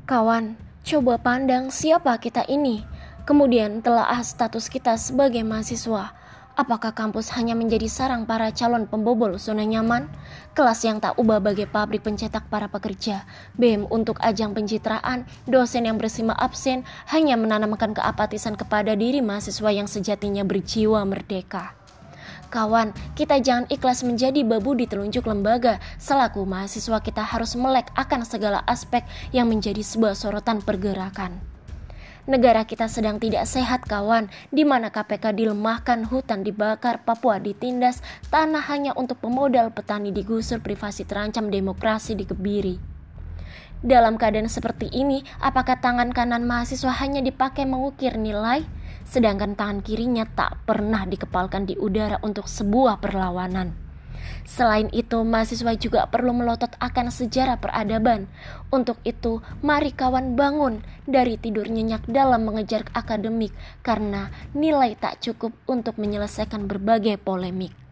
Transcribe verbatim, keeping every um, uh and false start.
Kawan, coba pandang siapa kita ini. Kemudian telaah status kita sebagai mahasiswa. Apakah kampus hanya menjadi sarang para calon pembobol zona nyaman? Kelas yang tak ubah bagai pabrik pencetak para pekerja, B E M untuk ajang pencitraan, dosen yang bersima absen hanya menanamkan keapatisan kepada diri mahasiswa yang sejatinya berjiwa merdeka. Kawan, kita jangan ikhlas menjadi babu di telunjuk lembaga. Selaku mahasiswa kita harus melek akan segala aspek yang menjadi sebuah sorotan pergerakan. Negara kita sedang tidak sehat kawan, di mana K P K dilemahkan, hutan dibakar, Papua ditindas, tanah hanya untuk pemodal, petani digusur, privasi terancam, demokrasi dikebiri. Dalam keadaan seperti ini, apakah tangan kanan mahasiswa hanya dipakai mengukir nilai, sedangkan tangan kirinya tak pernah dikepalkan di udara untuk sebuah perlawanan? Selain itu, mahasiswa juga perlu melotot akan sejarah peradaban. Untuk itu, mari kawan bangun dari tidur nyenyak dalam mengejar akademik, karena nilai tak cukup untuk menyelesaikan berbagai polemik.